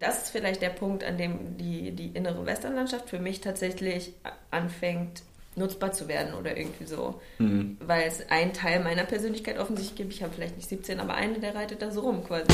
Das ist vielleicht der Punkt, an dem die innere Westernlandschaft für mich tatsächlich anfängt, nutzbar zu werden oder irgendwie so. Weil es einen Teil meiner Persönlichkeit offensichtlich gibt. Ich habe vielleicht nicht 17, aber eine, der reitet da so rum quasi.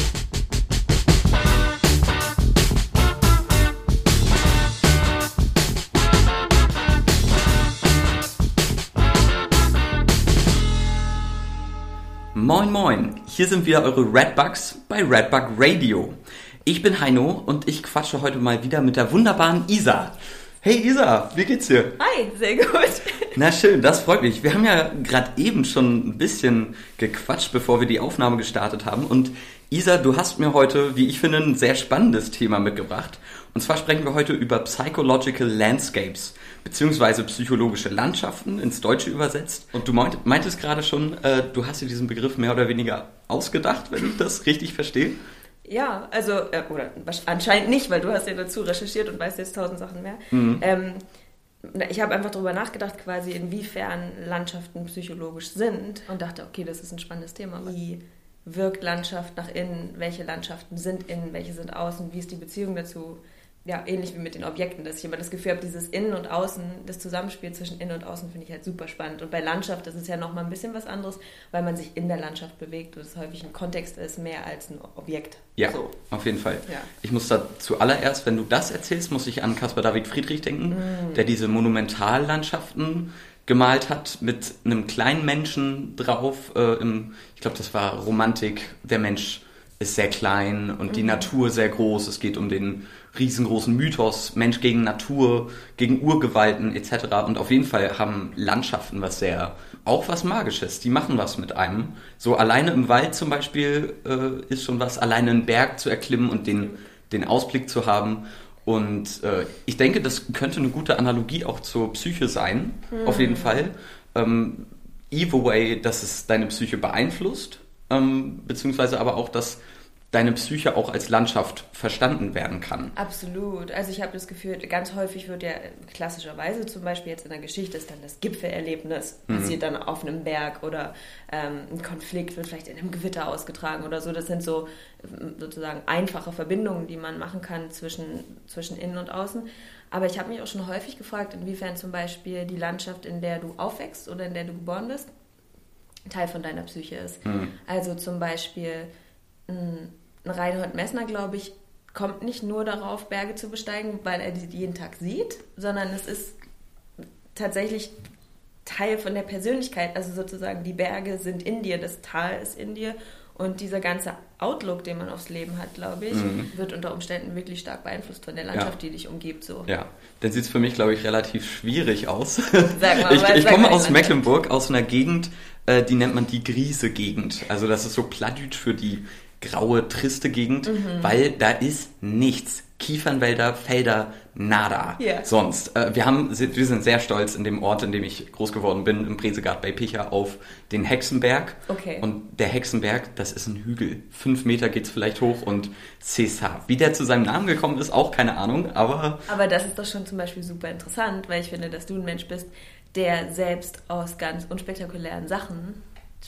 Moin moin, hier sind wieder eure Redbugs bei Redbug Radio. Ich bin Heino und ich quatsche heute mal wieder mit der wunderbaren Isa. Hey Isa, wie geht's dir? Hi, sehr gut. Na schön, das freut mich. Wir haben ja gerade eben schon ein bisschen gequatscht, bevor wir die Aufnahme gestartet haben. Und Isa, du hast mir heute, wie ich finde, ein sehr spannendes Thema mitgebracht. Und zwar sprechen wir heute über Psychological Landscapes, beziehungsweise psychologische Landschaften, ins Deutsche übersetzt. Und du meintest gerade schon, du hast dir diesen Begriff mehr oder weniger ausgedacht, wenn ich das richtig verstehe. Ja, also, oder anscheinend nicht, weil du hast ja dazu recherchiert und weißt jetzt 1000 Sachen mehr. Ich habe einfach darüber nachgedacht, quasi inwiefern Landschaften psychologisch sind und dachte, okay, das ist ein spannendes Thema. Wie wirkt Landschaft nach innen? Welche Landschaften sind innen? Welche sind außen? Wie ist die Beziehung dazu? Ja, ähnlich wie mit den Objekten, dass ich immer das Gefühl habe, dieses Innen und Außen, das Zusammenspiel zwischen Innen und Außen finde ich halt super spannend. Und bei Landschaft ist es ja nochmal ein bisschen was anderes, weil man sich in der Landschaft bewegt und es häufig ein Kontext ist, mehr als ein Objekt. Ja, so. Auf jeden Fall. Ja. Ich muss da zuallererst, wenn du das erzählst, muss ich an Caspar David Friedrich denken, der diese Monumentallandschaften gemalt hat mit einem kleinen Menschen drauf. Ich glaube, das war Romantik. Der Mensch ist sehr klein und die Natur sehr groß. Es geht um den riesengroßen Mythos, Mensch gegen Natur, gegen Urgewalten etc. Und auf jeden Fall haben Landschaften auch was Magisches. Die machen was mit einem. So alleine im Wald zum Beispiel ist schon was, alleine einen Berg zu erklimmen und den Ausblick zu haben. Und ich denke, das könnte eine gute Analogie auch zur Psyche sein, auf jeden Fall. Either way, dass es deine Psyche beeinflusst, beziehungsweise aber auch, dass deine Psyche auch als Landschaft verstanden werden kann. Absolut. Also ich habe das Gefühl, ganz häufig wird ja klassischerweise zum Beispiel jetzt in der Geschichte ist dann das Gipfelerlebnis, passiert dann auf einem Berg oder ein Konflikt wird vielleicht in einem Gewitter ausgetragen oder so. Das sind so sozusagen einfache Verbindungen, die man machen kann zwischen Innen und Außen. Aber ich habe mich auch schon häufig gefragt, inwiefern zum Beispiel die Landschaft, in der du aufwächst oder in der du geboren bist, Teil von deiner Psyche ist. Also zum Beispiel ein Reinhold Messner, glaube ich, kommt nicht nur darauf, Berge zu besteigen, weil er die jeden Tag sieht, sondern es ist tatsächlich Teil von der Persönlichkeit. Also sozusagen die Berge sind in dir, das Tal ist in dir und dieser ganze Outlook, den man aufs Leben hat, glaube ich, wird unter Umständen wirklich stark beeinflusst von der Landschaft, die dich umgibt. So. Ja, dann sieht es für mich, glaube ich, relativ schwierig aus. Sag mal, ich komme aus Mecklenburg, aus einer Gegend, die nennt man die Griese-Gegend. Also das ist so Plattdeutsch für die graue, triste Gegend, weil da ist nichts. Kiefernwälder, Felder, nada. Yeah. Sonst. Wir sind sehr stolz in dem Ort, in dem ich groß geworden bin, im Presegard bei Picha, auf den Hexenberg. Okay. Und der Hexenberg, das ist ein Hügel. 5 Meter geht's vielleicht hoch und César. Wie der zu seinem Namen gekommen ist, auch keine Ahnung, aber... Aber das ist doch schon zum Beispiel super interessant, weil ich finde, dass du ein Mensch bist, der selbst aus ganz unspektakuläre Sachen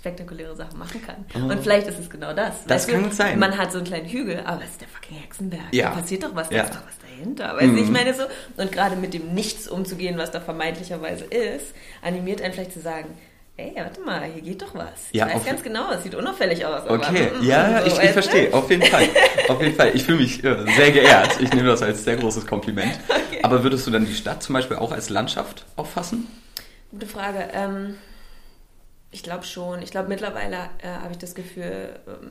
machen kann. Und vielleicht ist es genau das. Das kann gut sein. Man hat so einen kleinen Hügel, aber es ist der fucking Hexenberg. Ja. Da passiert doch was, da ist doch was dahinter. Weißt du, ich meine so. Und gerade mit dem Nichts umzugehen, was da vermeintlicherweise ist, animiert einen vielleicht zu sagen, ey, warte mal, hier geht doch was. Ich weiß ganz genau, es sieht unauffällig aus. Okay, ich verstehe, auf jeden Fall. Auf jeden Fall. Ich fühle mich sehr geehrt. Ich nehme das als sehr großes Kompliment. Okay. Aber würdest du dann die Stadt zum Beispiel auch als Landschaft auffassen? Gute Frage. Ich glaube schon. Ich glaube, mittlerweile habe ich das Gefühl,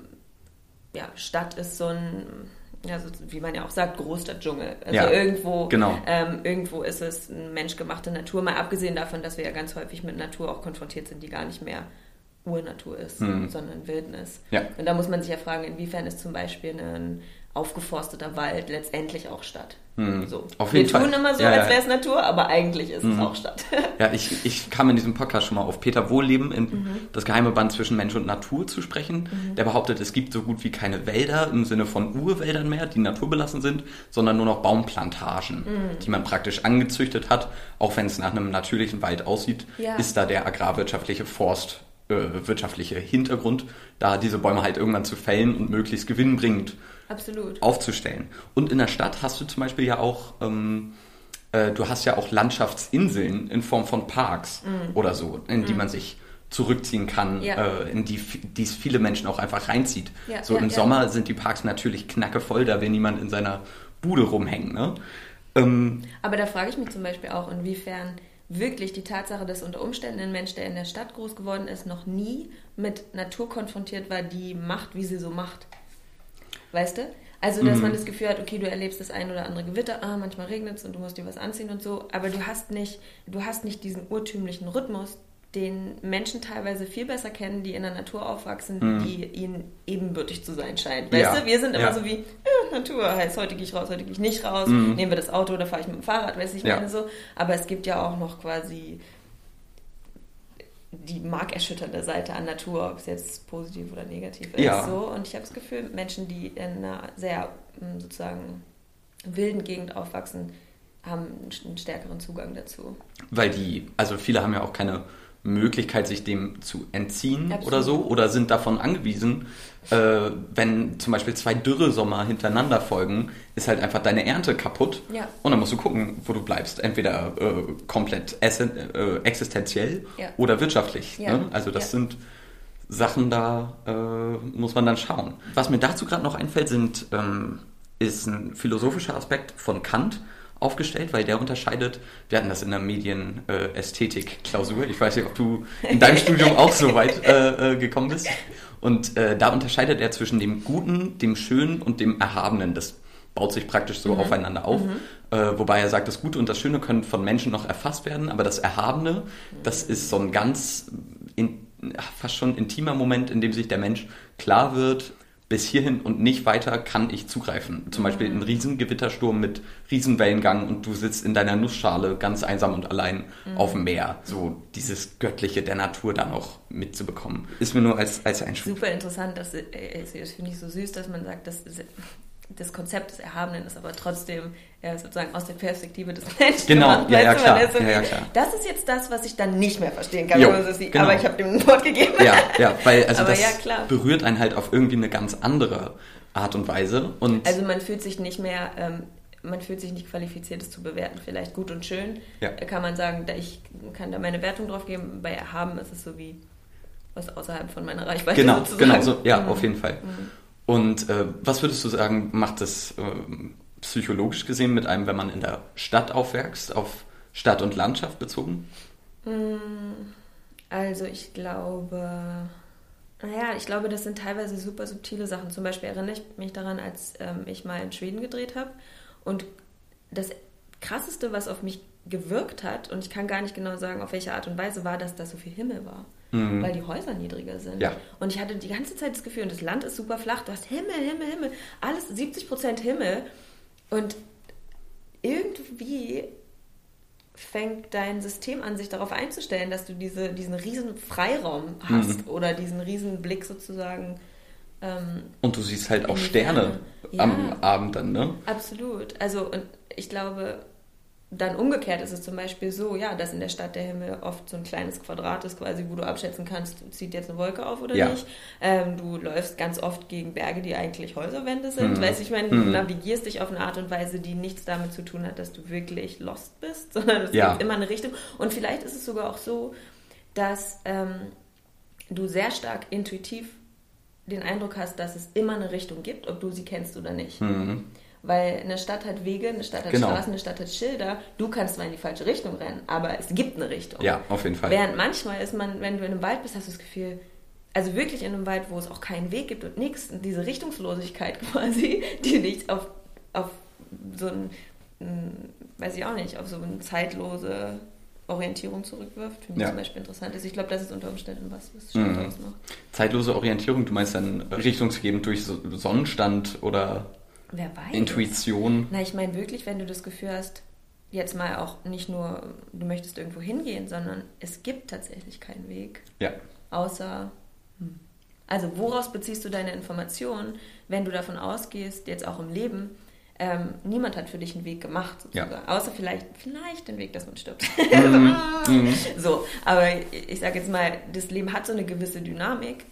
Stadt ist so ein, so, wie man ja auch sagt, Großstadtdschungel. Also irgendwo ist es eine menschgemachte Natur, mal abgesehen davon, dass wir ja ganz häufig mit Natur auch konfrontiert sind, die gar nicht mehr Urnatur ist, sondern Wildnis. Ja. Und da muss man sich ja fragen, inwiefern ist zum Beispiel ein aufgeforsteter Wald letztendlich auch Stadt. So. Auf jeden Fall. Wir tun immer so, als wäre es Natur, aber eigentlich ist es auch Stadt. Ja, ich kam in diesem Podcast schon mal auf Peter Wohlleben in das geheime Band zwischen Mensch und Natur zu sprechen. Der behauptet, es gibt so gut wie keine Wälder im Sinne von Urwäldern mehr, die naturbelassen sind, sondern nur noch Baumplantagen, die man praktisch angezüchtet hat. Auch wenn es nach einem natürlichen Wald aussieht, ist da der agrarwirtschaftliche Forst wirtschaftliche Hintergrund, da diese Bäume halt irgendwann zu fällen und möglichst gewinnbringend Absolut. aufzustellen. Und in der Stadt hast du zum Beispiel ja auch, du hast ja auch Landschaftsinseln in Form von Parks oder so, in die man sich zurückziehen kann, in die es viele Menschen auch einfach reinzieht. Ja, so im Sommer sind die Parks natürlich knackevoll, da will niemand in seiner Bude rumhängen. Ne? Aber da frage ich mich zum Beispiel auch, inwiefern wirklich die Tatsache, dass unter Umständen ein Mensch, der in der Stadt groß geworden ist, noch nie mit Natur konfrontiert war, die macht, wie sie so macht. Weißt du? Also, dass man das Gefühl hat, okay, du erlebst das ein oder andere Gewitter, manchmal regnet es und du musst dir was anziehen und so, aber du hast nicht diesen urtümlichen Rhythmus, den Menschen teilweise viel besser kennen, die in der Natur aufwachsen, die ihnen ebenbürtig zu sein scheint. Weißt du, wir sind immer so wie, Natur heißt, heute gehe ich raus, heute gehe ich nicht raus, nehmen wir das Auto oder fahre ich mit dem Fahrrad, weiß ich meine so. Aber es gibt ja auch noch quasi die markerschütternde Seite an Natur, ob es jetzt positiv oder negativ ist. So. Und ich habe das Gefühl, Menschen, die in einer sehr sozusagen wilden Gegend aufwachsen, haben einen stärkeren Zugang dazu. Weil viele haben ja auch keine Möglichkeit, sich dem zu entziehen. Absolut. Oder so, oder sind davon angewiesen, wenn zum Beispiel 2 Dürresommer hintereinander folgen, ist halt einfach deine Ernte kaputt und dann musst du gucken, wo du bleibst. Entweder komplett existenziell oder wirtschaftlich. Ne? Also das sind Sachen, da muss man dann schauen. Was mir dazu gerade noch einfällt, ist ein philosophischer Aspekt von Kant aufgestellt, weil der unterscheidet, wir hatten das in der Medienästhetik-Klausur, ich weiß nicht, ob du in deinem Studium auch so weit gekommen bist, und da unterscheidet er zwischen dem Guten, dem Schönen und dem Erhabenen. Das baut sich praktisch so aufeinander auf, wobei er sagt, das Gute und das Schöne können von Menschen noch erfasst werden, aber das Erhabene, das ist so ein ganz fast schon intimer Moment, in dem sich der Mensch klar wird, bis hierhin und nicht weiter kann ich zugreifen. Zum Beispiel ein Riesengewittersturm mit Riesenwellengang und du sitzt in deiner Nussschale ganz einsam und allein auf dem Meer. So dieses Göttliche der Natur da noch mitzubekommen. Ist mir nur als ein Super interessant, das finde ich so süß, dass man sagt, das Konzept des Erhabenen ist aber trotzdem sozusagen aus der Perspektive des Menschen. Genau, klar. Klar. Das ist jetzt das, was ich dann nicht mehr verstehen kann, wenn man so sieht. Genau. Aber ich habe dem ein Wort gegeben. Weil das berührt einen halt auf irgendwie eine ganz andere Art und Weise. Und also man fühlt sich nicht mehr, man fühlt sich nicht qualifiziert, es zu bewerten. Vielleicht gut und schön, kann man sagen, ich kann da meine Wertung drauf geben. Bei Erhaben ist es so wie was außerhalb von meiner Reichweite sozusagen. Genau, so, auf jeden Fall. Und was würdest du sagen, macht das psychologisch gesehen mit einem, wenn man in der Stadt aufwächst, auf Stadt und Landschaft bezogen? Also ich glaube, das sind teilweise super subtile Sachen. Zum Beispiel erinnere ich mich daran, als ich mal in Schweden gedreht habe. Und das Krasseste, was auf mich gewirkt hat, und ich kann gar nicht genau sagen, auf welche Art und Weise, war, dass da so viel Himmel war. Weil die Häuser niedriger sind. Ja. Und ich hatte die ganze Zeit das Gefühl, und das Land ist super flach, du hast Himmel, alles 70% Himmel. Und irgendwie fängt dein System an, sich darauf einzustellen, dass du diesen riesen Freiraum hast oder diesen riesen Blick sozusagen. Und du siehst halt auch Sterne am Abend dann, ne? Absolut. Also, und ich glaube, dann umgekehrt ist es zum Beispiel so, dass in der Stadt der Himmel oft so ein kleines Quadrat ist, quasi, wo du abschätzen kannst, zieht jetzt eine Wolke auf oder nicht. Du läufst ganz oft gegen Berge, die eigentlich Häuserwände sind. Weißt du, ich meine, du navigierst dich auf eine Art und Weise, die nichts damit zu tun hat, dass du wirklich lost bist, sondern es gibt immer eine Richtung. Und vielleicht ist es sogar auch so, dass du sehr stark intuitiv den Eindruck hast, dass es immer eine Richtung gibt, ob du sie kennst oder nicht. Weil eine Stadt hat Wege, eine Stadt hat Straßen, eine Stadt hat Schilder. Du kannst zwar in die falsche Richtung rennen, aber es gibt eine Richtung. Ja, auf jeden Fall. Während manchmal ist man, wenn du in einem Wald bist, hast du das Gefühl, also wirklich in einem Wald, wo es auch keinen Weg gibt und nichts, diese Richtungslosigkeit quasi, die dich auf so weiß ich auch nicht, auf so eine zeitlose Orientierung zurückwirft, für mich zum Beispiel interessant ist. Ich glaube, das ist unter Umständen was Stadt ausmacht. Zeitlose Orientierung, du meinst dann richtungsgebend durch Sonnenstand oder wer weiß. Intuition? Na, ich meine wirklich, wenn du das Gefühl hast, jetzt mal auch nicht nur, du möchtest irgendwo hingehen, sondern es gibt tatsächlich keinen Weg. Ja. Außer, also woraus beziehst du deine Informationen, wenn du davon ausgehst, jetzt auch im Leben, niemand hat für dich einen Weg gemacht, sozusagen. Ja. Außer vielleicht den Weg, dass man stirbt. Mhm. So, aber ich sage jetzt mal, das Leben hat so eine gewisse Dynamik,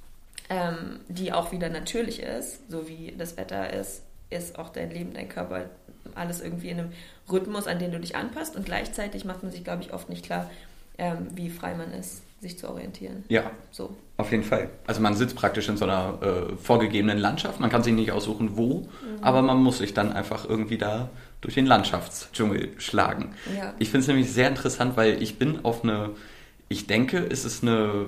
die auch wieder natürlich ist, so wie das Wetter ist auch dein Leben, dein Körper, alles irgendwie in einem Rhythmus, an den du dich anpasst, und gleichzeitig macht man sich, glaube ich, oft nicht klar, wie frei man ist, sich zu orientieren. Ja, so. Auf jeden Fall. Also man sitzt praktisch in so einer vorgegebenen Landschaft, man kann sich nicht aussuchen, wo, aber man muss sich dann einfach irgendwie da durch den Landschaftsdschungel schlagen. Ja. Ich finde es nämlich sehr interessant, weil ich denke, es ist eine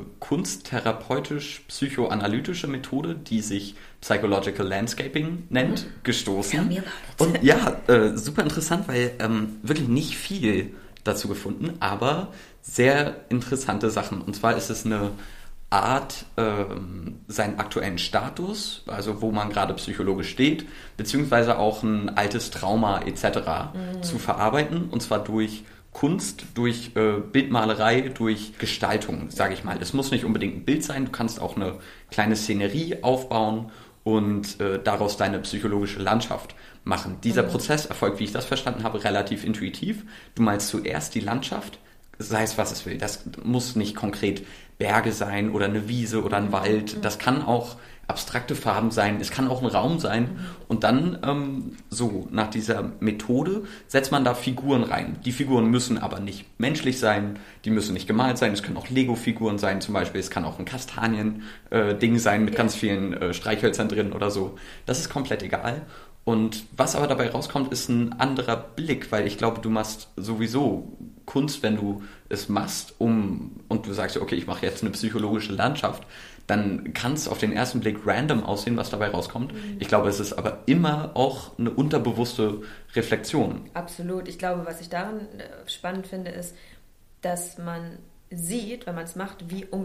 kunsttherapeutisch-psychoanalytische Methode, die sich Psychological Landscaping nennt, gestoßen. Ja, Und ja, super interessant, weil wirklich nicht viel dazu gefunden, aber sehr interessante Sachen. Und zwar ist es eine Art, seinen aktuellen Status, also wo man gerade psychologisch steht, beziehungsweise auch ein altes Trauma etc. zu verarbeiten, und zwar durch Kunst, durch Bildmalerei, durch Gestaltung, sage ich mal. Es muss nicht unbedingt ein Bild sein, du kannst auch eine kleine Szenerie aufbauen und daraus deine psychologische Landschaft machen. Dieser Prozess erfolgt, wie ich das verstanden habe, relativ intuitiv. Du malst zuerst die Landschaft, sei es was es will. Das muss nicht konkret Berge sein oder eine Wiese oder ein Wald. Das kann auch abstrakte Farben sein, es kann auch ein Raum sein. Und dann, nach dieser Methode, setzt man da Figuren rein. Die Figuren müssen aber nicht menschlich sein, die müssen nicht gemalt sein. Es können auch Lego-Figuren sein zum Beispiel, es kann auch ein Kastanien-Ding sein mit ganz vielen Streichhölzern drin oder so. Das ist komplett egal. Und was aber dabei rauskommt, ist ein anderer Blick, weil ich glaube, du machst sowieso Kunst, wenn du es machst, und du sagst, okay, ich mache jetzt eine psychologische Landschaft, dann kann es auf den ersten Blick random aussehen, was dabei rauskommt. Ich glaube, es ist aber immer auch eine unterbewusste Reflexion. Absolut. Ich glaube, was ich daran spannend finde, ist, dass man sieht, wenn man es macht,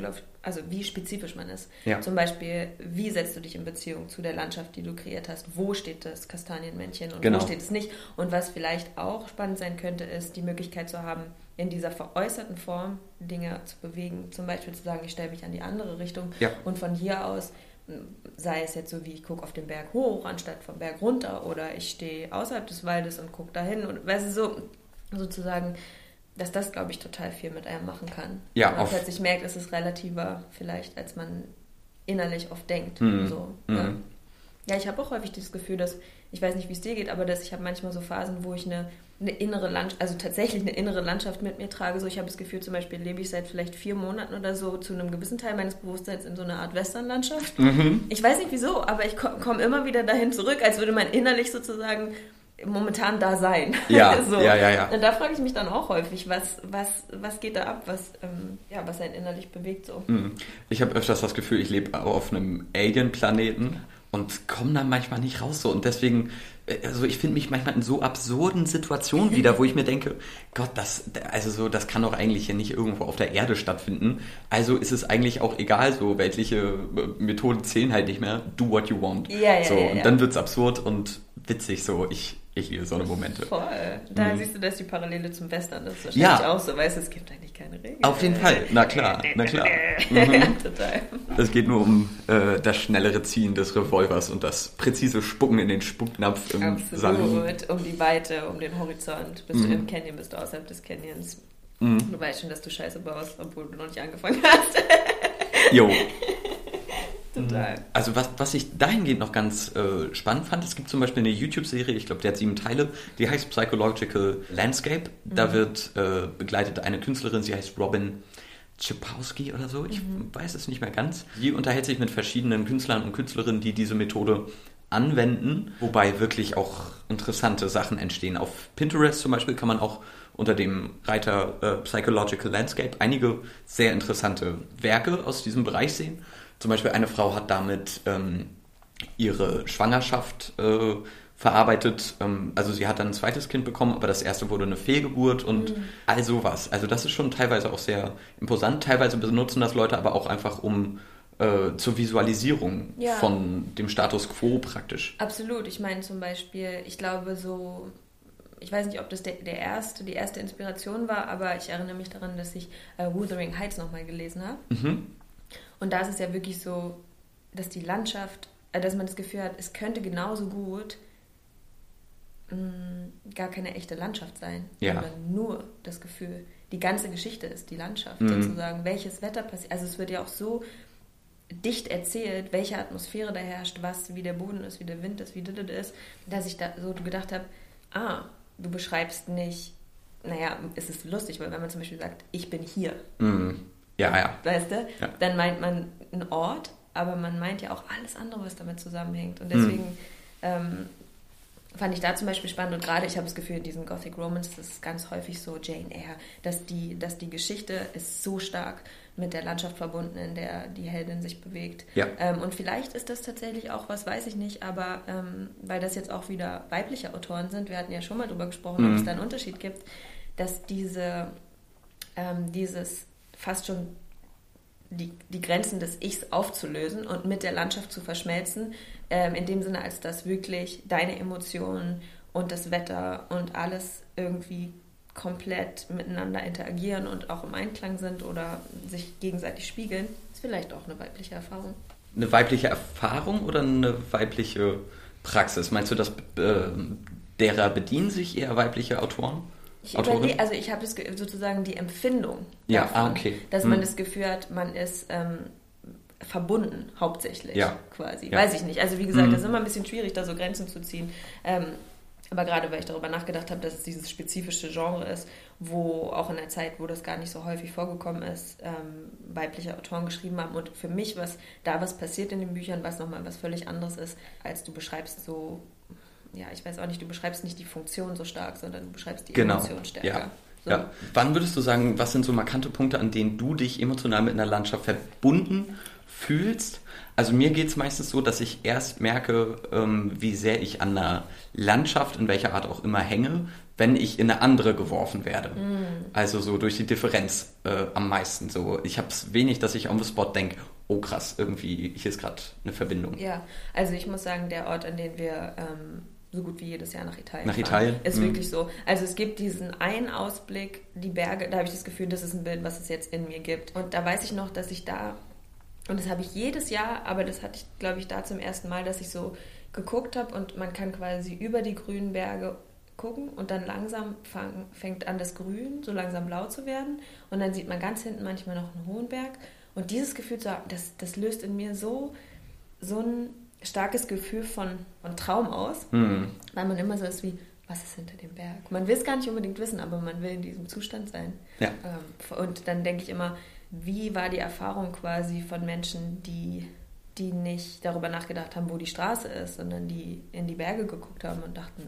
wie spezifisch man ist. Ja. Zum Beispiel, wie setzt du dich in Beziehung zu der Landschaft, die du kreiert hast? Wo steht das Kastanienmännchen und wo steht es nicht? Und was vielleicht auch spannend sein könnte, ist die Möglichkeit zu haben, in dieser veräußerten Form Dinge zu bewegen. Zum Beispiel zu sagen, ich stelle mich an die andere Richtung und von hier aus, sei es jetzt so, wie ich gucke auf den Berg hoch, anstatt vom Berg runter, oder ich stehe außerhalb des Waldes und gucke dahin. Und weißt du, so sozusagen, dass das, glaube ich, total viel mit einem machen kann. Ja, man plötzlich merkt, es ist relativer vielleicht, als man innerlich oft denkt. Ja, ich habe auch häufig das Gefühl, dass, ich weiß nicht, wie es dir geht, aber dass ich habe manchmal so Phasen, wo ich eine innere Landschaft, also tatsächlich eine innere Landschaft mit mir trage. So, ich habe das Gefühl, zum Beispiel lebe ich seit vielleicht 4 Monaten oder so zu einem gewissen Teil meines Bewusstseins in so einer Art Westernlandschaft. Ich weiß nicht wieso, aber ich komme immer wieder dahin zurück, als würde man innerlich sozusagen momentan da sein. Ja, so. ja. Und da frage ich mich dann auch häufig, was geht da ab, was einen innerlich bewegt so. Ich habe öfters das Gefühl, ich lebe auf einem Alien-Planeten und komme dann manchmal nicht raus so. Und deswegen, also ich finde mich manchmal in so absurden Situationen wieder, wo ich mir denke, Gott, das kann doch eigentlich hier nicht irgendwo auf der Erde stattfinden. Also ist es eigentlich auch egal, so weltliche Methoden zählen halt nicht mehr. Do what you want. Und dann wird's absurd und witzig so. Ich liebe so eine Momente. Voll. Da siehst du, dass die Parallele zum Western ist. Wahrscheinlich auch so, weißt du, es gibt eigentlich keine Regeln. Auf jeden Fall, na klar. Total. Es geht nur um das schnellere Ziehen des Revolvers und das präzise Spucken in den Spucknapf im Salon. Um die Weite, um den Horizont. Bist du im Canyon, bist du außerhalb des Canyons. Du weißt schon, dass du Scheiße baust, obwohl du noch nicht angefangen hast. Jo. Total. Also was ich dahingehend noch ganz spannend fand, es gibt zum Beispiel eine YouTube-Serie, ich glaube, die hat 7 Teile, die heißt Psychological Landscape. Da wird begleitet eine Künstlerin, sie heißt Robin Czapowski oder so, ich weiß es nicht mehr ganz. Die unterhält sich mit verschiedenen Künstlern und Künstlerinnen, die diese Methode anwenden, wobei wirklich auch interessante Sachen entstehen. Auf Pinterest zum Beispiel kann man auch unter dem Reiter Psychological Landscape einige sehr interessante Werke aus diesem Bereich sehen. Zum Beispiel eine Frau hat damit ihre Schwangerschaft verarbeitet. Also sie hat dann ein zweites Kind bekommen, aber das erste wurde eine Fehlgeburt und all sowas. Also das ist schon teilweise auch sehr imposant. Teilweise benutzen das Leute aber auch einfach zur Visualisierung von dem Status quo praktisch. Absolut. Ich meine zum Beispiel, ich glaube so, ich weiß nicht, ob das die erste Inspiration war, aber ich erinnere mich daran, dass ich Wuthering Heights nochmal gelesen habe. Und da ist es ja wirklich so, dass die Landschaft, dass man das Gefühl hat, es könnte genauso gut gar keine echte Landschaft sein, Ja. sondern nur das Gefühl. Die ganze Geschichte ist die Landschaft sozusagen. Welches Wetter passiert. Also es wird ja auch so dicht erzählt, welche Atmosphäre da herrscht, wie der Boden ist, wie der Wind ist, wie das ist, dass ich da so gedacht habe, du beschreibst nicht, naja, es ist lustig, weil wenn man zum Beispiel sagt, ich bin hier, Ja. weißt du, Ja. dann meint man einen Ort, aber man meint ja auch alles andere, was damit zusammenhängt. Und deswegen fand ich da zum Beispiel spannend und gerade ich habe das Gefühl, in diesen Gothic Romans, das ist ganz häufig so Jane Eyre, dass die Geschichte ist so stark mit der Landschaft verbunden, in der die Heldin sich bewegt. Ja. Und vielleicht ist das tatsächlich auch was, weiß ich nicht, aber weil das jetzt auch wieder weibliche Autoren sind, wir hatten ja schon mal drüber gesprochen, ob es da einen Unterschied gibt, dass dieses fast schon die Grenzen des Ichs aufzulösen und mit der Landschaft zu verschmelzen, in dem Sinne, als dass wirklich deine Emotionen und das Wetter und alles irgendwie komplett miteinander interagieren und auch im Einklang sind oder sich gegenseitig spiegeln, ist vielleicht auch eine weibliche Erfahrung. Eine weibliche Erfahrung oder eine weibliche Praxis? Meinst du, dass derer bedienen sich eher weibliche Autoren? Ich habe sozusagen die Empfindung Ja, davon, okay. dass man das Gefühl hat, man ist verbunden, hauptsächlich, quasi. Ja. Weiß ich nicht. Also wie gesagt, das ist immer ein bisschen schwierig, da so Grenzen zu ziehen. Aber gerade, weil ich darüber nachgedacht habe, dass es dieses spezifische Genre ist, wo auch in der Zeit, wo das gar nicht so häufig vorgekommen ist, weibliche Autoren geschrieben haben. Und für mich, was passiert in den Büchern, was nochmal was völlig anderes ist, als du beschreibst so, ja, ich weiß auch nicht, du beschreibst nicht die Funktion so stark, sondern du beschreibst die Emotion stärker. Ja. So. Ja. Wann würdest du sagen, was sind so markante Punkte, an denen du dich emotional mit einer Landschaft verbunden fühlst? Also mir geht es meistens so, dass ich erst merke, wie sehr ich an einer Landschaft, in welcher Art auch immer, hänge, wenn ich in eine andere geworfen werde. Also so durch die Differenz am meisten. So, ich habe es wenig, dass ich on the spot denke, oh krass, irgendwie, hier ist gerade eine Verbindung. Ja, also ich muss sagen, der Ort, an den wir so gut wie jedes Jahr nach Italien fahren, Italien? ist wirklich so. Also es gibt diesen einen Ausblick, die Berge, da habe ich das Gefühl, das ist ein Bild, was es jetzt in mir gibt. Und da weiß ich noch, dass ich da, und das habe ich jedes Jahr, aber das hatte ich, glaube ich, da zum ersten Mal, dass ich so geguckt habe und man kann quasi über die grünen Berge gucken und dann langsam fängt an, das Grün so langsam blau zu werden und dann sieht man ganz hinten manchmal noch einen hohen Berg und dieses Gefühl zu haben, das löst in mir so ein starkes Gefühl von Traum aus, weil man immer so ist wie, was ist hinter dem Berg? Man will es gar nicht unbedingt wissen, aber man will in diesem Zustand sein. Ja. Und dann denke ich immer, wie war die Erfahrung quasi von Menschen, die nicht darüber nachgedacht haben, wo die Straße ist, sondern die in die Berge geguckt haben und dachten,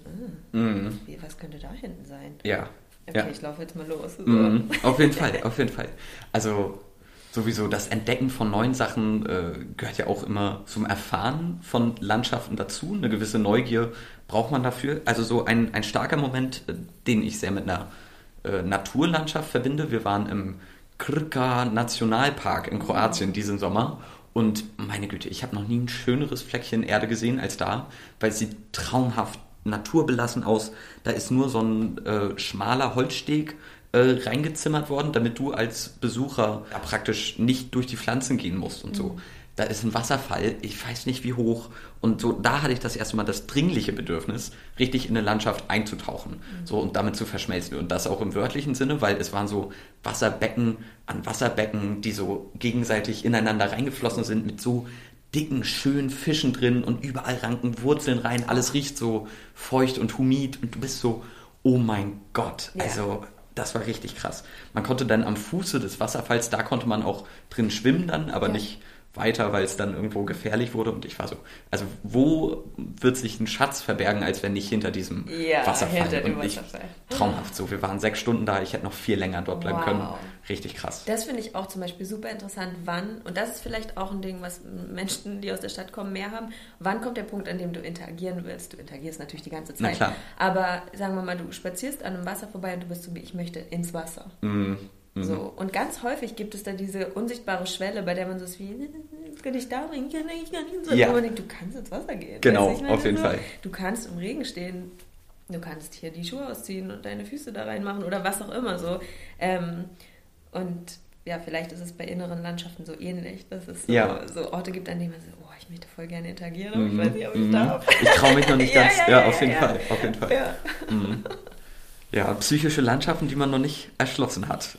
was könnte da hinten sein? Ja. Okay, ja. Ich laufe jetzt mal los. So. Auf jeden Fall. Also sowieso das Entdecken von neuen Sachen gehört ja auch immer zum Erfahren von Landschaften dazu. Eine gewisse Neugier braucht man dafür. Also so ein starker Moment, den ich sehr mit einer Naturlandschaft verbinde. Wir waren im Krka Nationalpark in Kroatien diesen Sommer. Und meine Güte, ich habe noch nie ein schöneres Fleckchen Erde gesehen als da, weil es sieht traumhaft naturbelassen aus. Da ist nur so ein schmaler Holzsteg reingezimmert worden, damit du als Besucher praktisch nicht durch die Pflanzen gehen musst und so. Da ist ein Wasserfall, ich weiß nicht wie hoch. Und so, da hatte ich das erste Mal das dringliche Bedürfnis, richtig in eine Landschaft einzutauchen. So, und damit zu verschmelzen. Und das auch im wörtlichen Sinne, weil es waren so Wasserbecken an Wasserbecken, die so gegenseitig ineinander reingeflossen sind mit so dicken, schönen Fischen drin und überall ranken Wurzeln rein. Alles riecht so feucht und humid und du bist so, oh mein Gott. Ja. Also das war richtig krass. Man konnte dann am Fuße des Wasserfalls, da konnte man auch drin schwimmen dann, aber nicht weiter, weil es dann irgendwo gefährlich wurde. Und ich war so, also wo wird sich ein Schatz verbergen, als wenn nicht hinter diesem Wasserfall? Hinter dem Wasserfall. Traumhaft so. Wir waren 6 Stunden da, ich hätte noch viel länger dort bleiben können. Richtig krass. Das finde ich auch zum Beispiel super interessant, wann, und das ist vielleicht auch ein Ding, was Menschen, die aus der Stadt kommen, mehr haben, wann kommt der Punkt, an dem du interagieren willst? Du interagierst natürlich die ganze Zeit. Na klar. Aber sagen wir mal, du spazierst an einem Wasser vorbei und du bist so wie, ich möchte ins Wasser. So. Und ganz häufig gibt es da diese unsichtbare Schwelle, bei der man so ist wie, kann ich da bringen, kann ich gar nicht so. Ja. Und man denkt, du kannst ins Wasser gehen. Genau, weißt du, auf jeden Fall. Du kannst im Regen stehen, du kannst hier die Schuhe ausziehen und deine Füße da reinmachen oder was auch immer so. Und ja, vielleicht ist es bei inneren Landschaften so ähnlich, dass es so Orte gibt, an denen man so, oh, ich möchte voll gerne interagieren, aber ich weiß nicht, ob ich darf. Ich traue mich noch nicht ganz. Auf jeden Fall. Ja. Ja, psychische Landschaften, die man noch nicht erschlossen hat.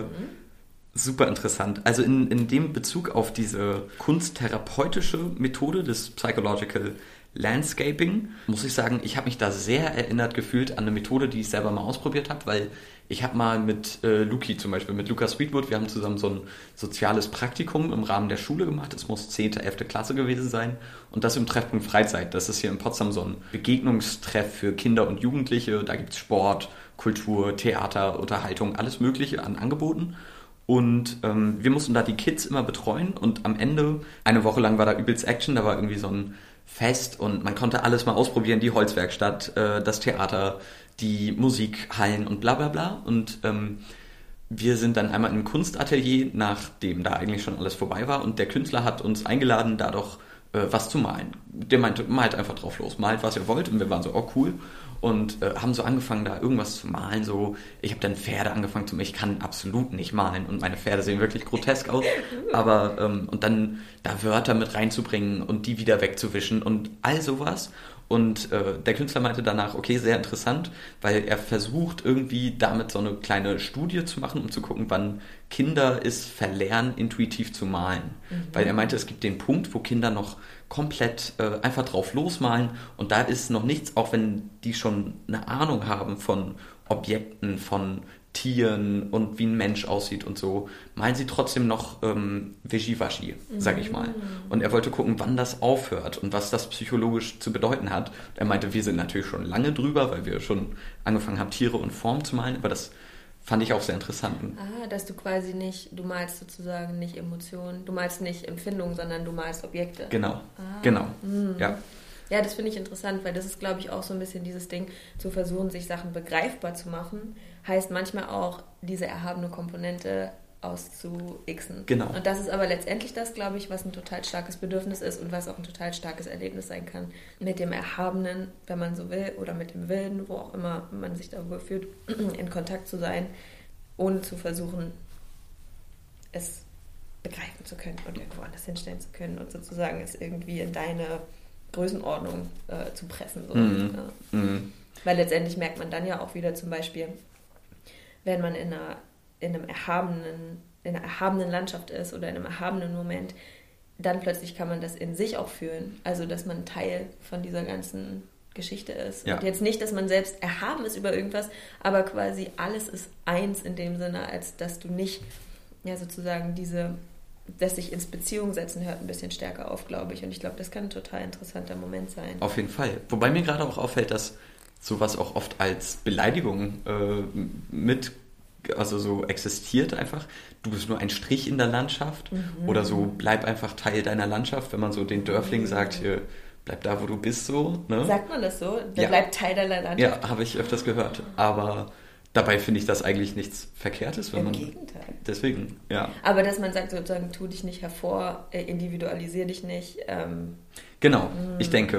Super interessant. Also in dem Bezug auf diese kunsttherapeutische Methode des Psychological Landscaping, muss ich sagen, ich habe mich da sehr erinnert gefühlt an eine Methode, die ich selber mal ausprobiert habe, weil ich habe mal mit Luki zum Beispiel, mit Lukas Sweetwood, wir haben zusammen so ein soziales Praktikum im Rahmen der Schule gemacht. Es muss 10., 11. Klasse gewesen sein. Und das im Treffpunkt Freizeit. Das ist hier in Potsdam so ein Begegnungstreff für Kinder und Jugendliche. Da gibt es Sport, Kultur, Theater, Unterhaltung, alles Mögliche an Angeboten. Und wir mussten da die Kids immer betreuen. Und am Ende, eine Woche lang war da übelst Action. Da war irgendwie so ein Fest und man konnte alles mal ausprobieren. Die Holzwerkstatt, das Theater, die Musikhallen und bla bla bla. Und wir sind dann einmal im Kunstatelier, nachdem da eigentlich schon alles vorbei war. Und der Künstler hat uns eingeladen, da doch was zu malen. Der meinte, malt einfach drauf los, malt, was ihr wollt. Und wir waren so, oh cool. Und haben so angefangen, da irgendwas zu malen. So, ich habe dann Pferde angefangen zu malen. Ich kann absolut nicht malen. Und meine Pferde sehen wirklich grotesk aus. Aber, und dann da Wörter mit reinzubringen und die wieder wegzuwischen und all sowas. Und der Künstler meinte danach, okay, sehr interessant, weil er versucht irgendwie damit so eine kleine Studie zu machen, um zu gucken, wann Kinder es verlernen, intuitiv zu malen. Weil er meinte, es gibt den Punkt, wo Kinder noch komplett einfach drauf losmalen und da ist noch nichts, auch wenn die schon eine Ahnung haben von Objekten, von Tieren und wie ein Mensch aussieht und so, malen sie trotzdem noch Wischiwaschi, sag ich mal. Und er wollte gucken, wann das aufhört und was das psychologisch zu bedeuten hat. Er meinte, wir sind natürlich schon lange drüber, weil wir schon angefangen haben, Tiere und Formen zu malen, aber das fand ich auch sehr interessant. Dass du quasi nicht, du malst sozusagen nicht Emotionen, du malst nicht Empfindungen, sondern du malst Objekte. Genau. Ja. Ja, das finde ich interessant, weil das ist, glaube ich, auch so ein bisschen dieses Ding, zu versuchen, sich Sachen begreifbar zu machen, heißt manchmal auch, diese erhabene Komponente auszuixen. Genau. Und das ist aber letztendlich das, glaube ich, was ein total starkes Bedürfnis ist und was auch ein total starkes Erlebnis sein kann. Mit dem Erhabenen, wenn man so will, oder mit dem Willen, wo auch immer man sich darüber fühlt, in Kontakt zu sein, ohne zu versuchen, es begreifen zu können und irgendwo anders hinstellen zu können und sozusagen es irgendwie in deine Größenordnung zu pressen. So. Weil letztendlich merkt man dann ja auch wieder zum Beispiel, wenn man in einer erhabenen Landschaft ist oder in einem erhabenen Moment, dann plötzlich kann man das in sich auch fühlen. Also, dass man Teil von dieser ganzen Geschichte ist. Ja. Und jetzt nicht, dass man selbst erhaben ist über irgendwas, aber quasi alles ist eins in dem Sinne, als dass du nicht, ja, sozusagen dass sich ins Beziehung setzen hört ein bisschen stärker auf, glaube ich. Und ich glaube, das kann ein total interessanter Moment sein. Auf jeden Fall. Wobei mir gerade auch auffällt, dass sowas auch oft als Beleidigung also so existiert einfach. Du bist nur ein Strich in der Landschaft oder so, bleib einfach Teil deiner Landschaft, wenn man so den Dörflingen sagt, hier, bleib da, wo du bist, so. Ne? Sagt man das so? Ja. Bleib Teil deiner Landschaft? Ja, habe ich öfters gehört. Aber dabei finde ich das eigentlich nichts Verkehrtes. Wenn Im man Gegenteil. Deswegen, ja. Aber dass man sagt sozusagen, tu dich nicht hervor, individualisier dich nicht. Genau, ich denke.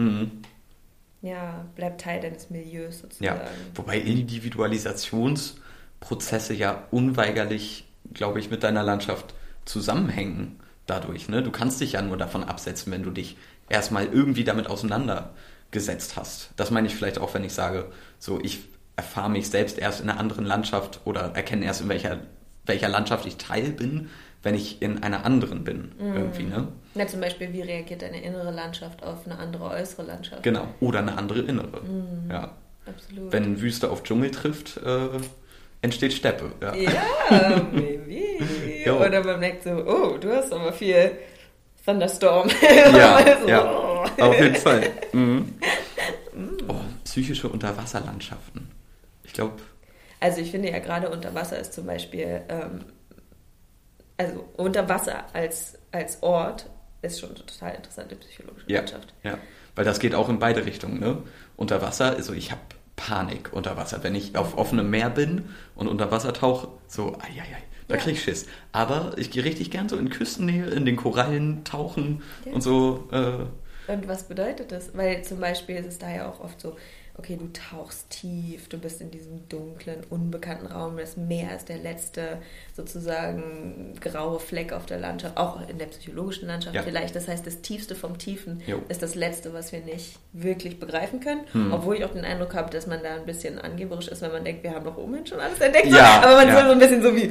Ja, bleib Teil deines Milieus sozusagen. Ja, wobei Individualisationsprozesse ja unweigerlich, glaube ich, mit deiner Landschaft zusammenhängen dadurch. Ne? Du kannst dich ja nur davon absetzen, wenn du dich erstmal irgendwie damit auseinandergesetzt hast. Das meine ich vielleicht auch, wenn ich sage, so ich erfahre mich selbst erst in einer anderen Landschaft oder erkenne erst, in welcher Landschaft ich Teil bin, wenn ich in einer anderen bin. Irgendwie, ne? Na, zum Beispiel, wie reagiert deine innere Landschaft auf eine andere äußere Landschaft? Genau, oder eine andere innere. Ja. Absolut. Wenn Wüste auf Dschungel trifft, entsteht Steppe. Ja, Baby. Jo. Oder man merkt so, oh, du hast aber viel Thunderstorm. Ja, Also, ja. Auf jeden Fall. Oh, psychische Unterwasserlandschaften. Ich glaube... Also ich finde ja gerade unter Wasser ist zum Beispiel, also unter Wasser als Ort ist schon eine total interessante psychologische Landschaft. Ja, weil das geht auch in beide Richtungen. Ne? Unter Wasser, also ich habe Panik unter Wasser. Wenn ich auf offenem Meer bin und unter Wasser tauche, so, da krieg ich Schiss. Aber ich gehe richtig gern so in Küstennähe, in den Korallen tauchen und so. Und was bedeutet das? Weil zum Beispiel ist es da ja auch oft so, okay, du tauchst tief, du bist in diesem dunklen, unbekannten Raum, das Meer ist der letzte sozusagen graue Fleck auf der Landschaft, auch in der psychologischen Landschaft vielleicht. Das heißt, das Tiefste vom Tiefen ist das Letzte, was wir nicht wirklich begreifen können. Obwohl ich auch den Eindruck habe, dass man da ein bisschen angeberisch ist, wenn man denkt, wir haben doch oben schon alles entdeckt. Aber man ist so ein bisschen so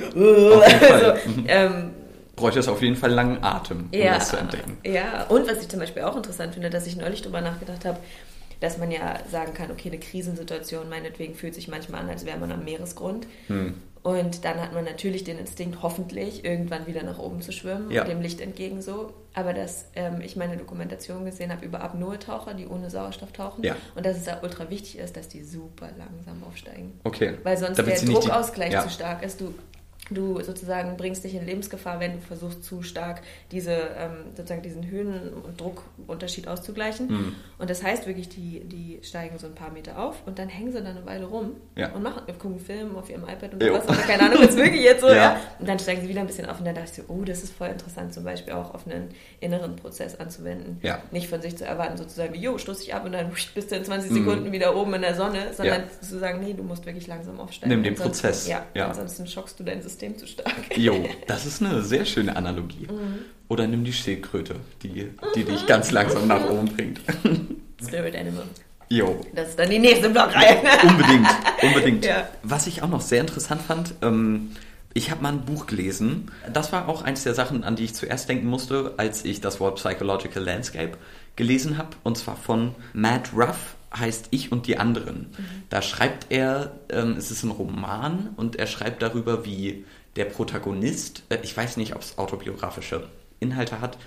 wie... bräuchte es auf jeden Fall langen Atem, um das zu entdecken. Ja, und was ich zum Beispiel auch interessant finde, dass ich neulich drüber nachgedacht habe, dass man ja sagen kann, okay, eine Krisensituation meinetwegen fühlt sich manchmal an, als wäre man am Meeresgrund. Und dann hat man natürlich den Instinkt, hoffentlich irgendwann wieder nach oben zu schwimmen, dem Licht entgegen so. Aber dass ich meine Dokumentation gesehen habe über Apnoe-Taucher, die ohne Sauerstoff tauchen. Und dass es da ultra wichtig ist, dass die super langsam aufsteigen. Okay. Weil sonst der Druckausgleich zu stark ist. Du sozusagen bringst dich in Lebensgefahr, wenn du versuchst, zu stark sozusagen diesen Höhen- und Druckunterschied auszugleichen. Und das heißt wirklich, die steigen so ein paar Meter auf und dann hängen sie dann eine Weile rum und gucken einen Film auf ihrem iPad und sowas. Oder keine Ahnung, jetzt wirklich jetzt so. Und dann steigen sie wieder ein bisschen auf und dann dachte ich so, das ist voll interessant, zum Beispiel auch auf einen inneren Prozess anzuwenden. Nicht von sich zu erwarten, sozusagen, stoß dich ab und dann bist du in 20 Sekunden wieder oben in der Sonne, sondern zu sagen, nee, du musst wirklich langsam aufsteigen. Nimm den Prozess. Ansonsten schockst du dein System zu stark. Das ist eine sehr schöne Analogie. Oder nimm die Schildkröte, die dich ganz langsam nach oben bringt. Spirit Animal. Das ist dann die nächste Blogreihe. Unbedingt. Was ich auch noch sehr interessant fand, ich habe mal ein Buch gelesen. Das war auch eins der Sachen, an die ich zuerst denken musste, als ich das Wort Psychological Landscape gelesen habe. Und zwar von Matt Ruff, heißt Ich und die anderen. Da schreibt er, es ist ein Roman und er schreibt darüber, wie der Protagonist, ich weiß nicht, ob es autobiografische Inhalte hat,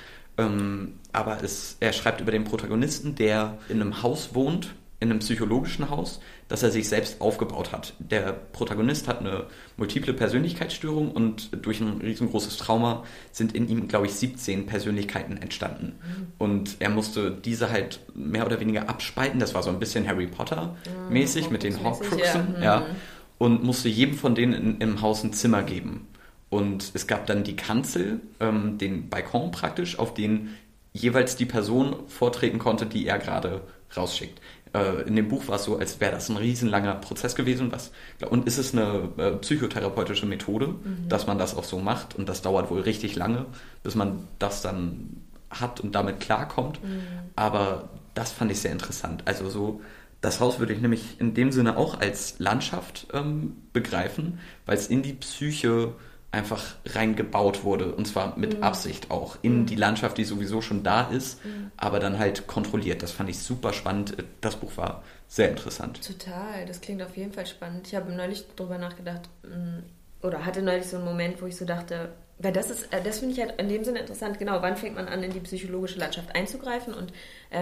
aber er schreibt über den Protagonisten, der in einem Haus wohnt, in einem psychologischen Haus, das er sich selbst aufgebaut hat. Der Protagonist hat eine multiple Persönlichkeitsstörung und durch ein riesengroßes Trauma sind in ihm, glaube ich, 17 Persönlichkeiten entstanden. Und er musste diese halt mehr oder weniger abspalten. Das war so ein bisschen Harry Potter-mäßig mit den Horcruxen. Und musste jedem von denen im Haus ein Zimmer geben. Und es gab dann die Kanzel, den Balkon praktisch, auf den jeweils die Person vortreten konnte, die er gerade rausschickt. In dem Buch war es so, als wäre das ein riesenlanger Prozess gewesen. Und ist es eine psychotherapeutische Methode, dass man das auch so macht. Und das dauert wohl richtig lange, bis man das dann hat und damit klarkommt. Aber das fand ich sehr interessant. Also so, das Haus würde ich nämlich in dem Sinne auch als Landschaft begreifen, weil es in die Psyche einfach reingebaut wurde, und zwar mit Absicht auch, in die Landschaft, die sowieso schon da ist, aber dann halt kontrolliert. Das fand ich super spannend. Das Buch war sehr interessant. Total, das klingt auf jeden Fall spannend. Ich habe neulich drüber nachgedacht, oder hatte neulich so einen Moment, wo ich so dachte, weil das finde ich halt in dem Sinne interessant, genau, wann fängt man an, in die psychologische Landschaft einzugreifen und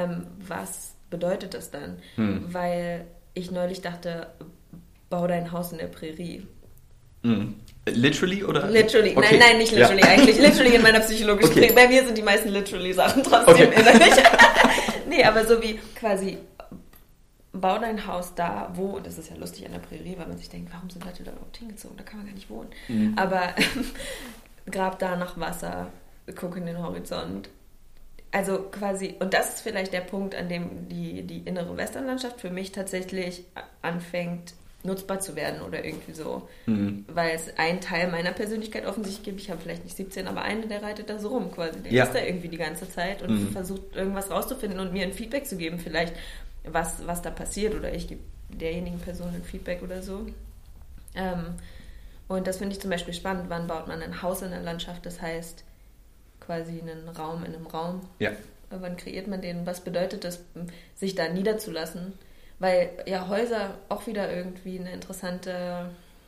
was bedeutet das dann? Weil ich neulich dachte, bau dein Haus in der Prärie. Literally oder? Literally. Okay. Nein, nicht literally eigentlich. Literally in meiner psychologischen Prärie. Bei mir sind die meisten literally Sachen trotzdem innerlich. Nee, aber so wie quasi bau dein Haus da, wo, und das ist ja lustig an der Prärie, weil man sich denkt, warum sind Leute da überhaupt hingezogen? Da kann man gar nicht wohnen. Aber grab da nach Wasser, guck in den Horizont. Also quasi, und das ist vielleicht der Punkt, an dem die innere Westernlandschaft für mich tatsächlich anfängt, nutzbar zu werden oder irgendwie so. Weil es einen Teil meiner Persönlichkeit offensichtlich gibt. Ich habe vielleicht nicht 17, aber einer, der reitet da so rum quasi. Der ist da irgendwie die ganze Zeit und versucht irgendwas rauszufinden und mir ein Feedback zu geben, vielleicht, was da passiert, oder ich gebe derjenigen Person ein Feedback oder so. Und das finde ich zum Beispiel spannend. Wann baut man ein Haus in der Landschaft? Das heißt quasi einen Raum in einem Raum. Wann kreiert man den? Was bedeutet das, sich da niederzulassen? Weil ja Häuser auch wieder irgendwie eine interessante,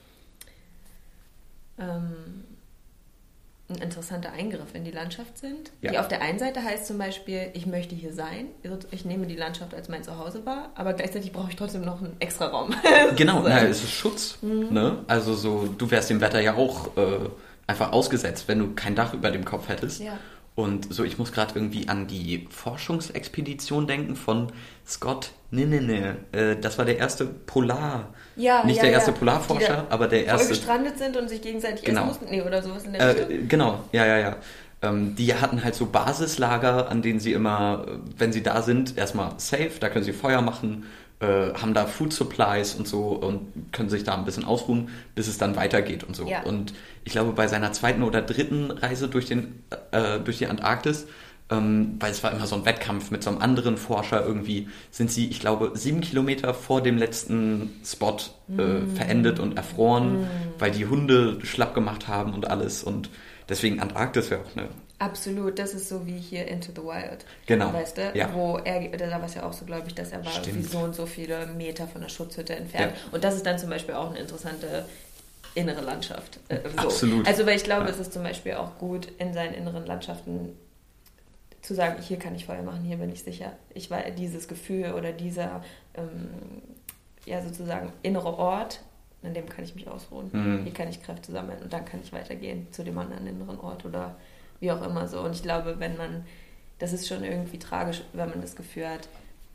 ein interessanter Eingriff in die Landschaft sind. Die auf der einen Seite heißt zum Beispiel, ich möchte hier sein, ich nehme die Landschaft als mein Zuhause wahr, aber gleichzeitig brauche ich trotzdem noch einen extra Raum. Genau, es ist Schutz. Ne? Also so, du wärst dem Wetter ja auch einfach ausgesetzt, wenn du kein Dach über dem Kopf hättest. Und so, ich muss gerade irgendwie an die Forschungsexpedition denken von Scott Ninene. Das war der erste nicht der erste Polarforscher, aber der erste... Voll gestrandet sind und sich gegenseitig essen mussten? Nee, oder sowas in der Richtung? Genau, ja. Die hatten halt so Basislager, an denen sie immer, wenn sie da sind, erstmal safe, da können sie Feuer machen, haben da Food Supplies und so und können sich da ein bisschen ausruhen, bis es dann weitergeht und so. Ja. Und ich glaube, bei seiner zweiten oder dritten Reise durch die Antarktis, weil es war immer so ein Wettkampf mit so einem anderen Forscher, irgendwie sind sie, ich glaube, 7 Kilometer vor dem letzten Spot verendet und erfroren, weil die Hunde schlapp gemacht haben und alles. Und deswegen Antarktis wäre auch eine... Absolut, das ist so wie hier Into the Wild. Genau. Weißt du? Ja. Wo da war es ja auch so, glaube ich, dass er war Stimmt. wie so und so viele Meter von der Schutzhütte entfernt. Ja. Und das ist dann zum Beispiel auch eine interessante innere Landschaft. So. Absolut. Also, weil ich glaube, es ist zum Beispiel auch gut, in seinen inneren Landschaften zu sagen, hier kann ich Feuer machen, hier bin ich sicher. Ich war dieses Gefühl oder dieser sozusagen innere Ort, an dem kann ich mich ausruhen. Hier kann ich Kräfte sammeln und dann kann ich weitergehen zu dem anderen inneren Ort oder wie auch immer so. Und ich glaube, das ist schon irgendwie tragisch, wenn man das Gefühl hat,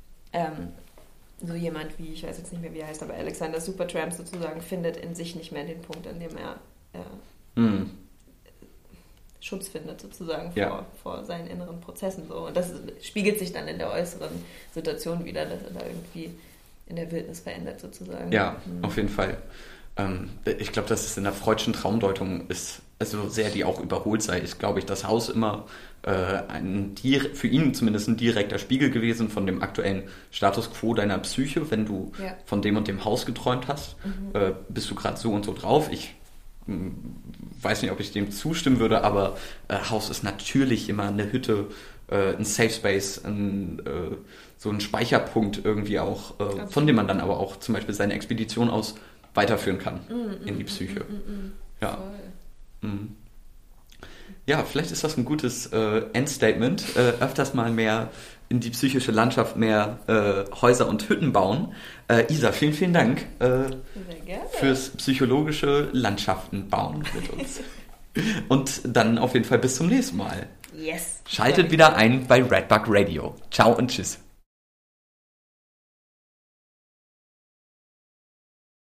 so jemand wie, ich weiß jetzt nicht mehr, wie er heißt, aber Alexander Supertramp sozusagen findet in sich nicht mehr den Punkt, an dem er Schutz findet sozusagen vor seinen inneren Prozessen. So. Und das spiegelt sich dann in der äußeren Situation wieder, dass er da irgendwie in der Wildnis verändert sozusagen. Ja, auf jeden Fall. Ich glaube, dass es in der freudschen Traumdeutung ist, also sehr die auch überholt sei, ist, glaube ich, das Haus immer für ihn zumindest ein direkter Spiegel gewesen von dem aktuellen Status quo deiner Psyche. Wenn du von dem und dem Haus geträumt hast, bist du gerade so und so drauf. Ich weiß nicht, ob ich dem zustimmen würde, aber Haus ist natürlich immer eine Hütte, ein Safe Space, so ein Speicherpunkt irgendwie auch, von dem man dann aber auch zum Beispiel seine Expedition aus weiterführen kann in die Psyche. Ja. Ja, vielleicht ist das ein gutes Endstatement. Öfters mal mehr in die psychische Landschaft, mehr Häuser und Hütten bauen. Isa, vielen, vielen Dank fürs psychologische Landschaften bauen mit uns. Und dann auf jeden Fall bis zum nächsten Mal. Yes. Schaltet wieder ein bei Redbug Radio. Ciao und tschüss.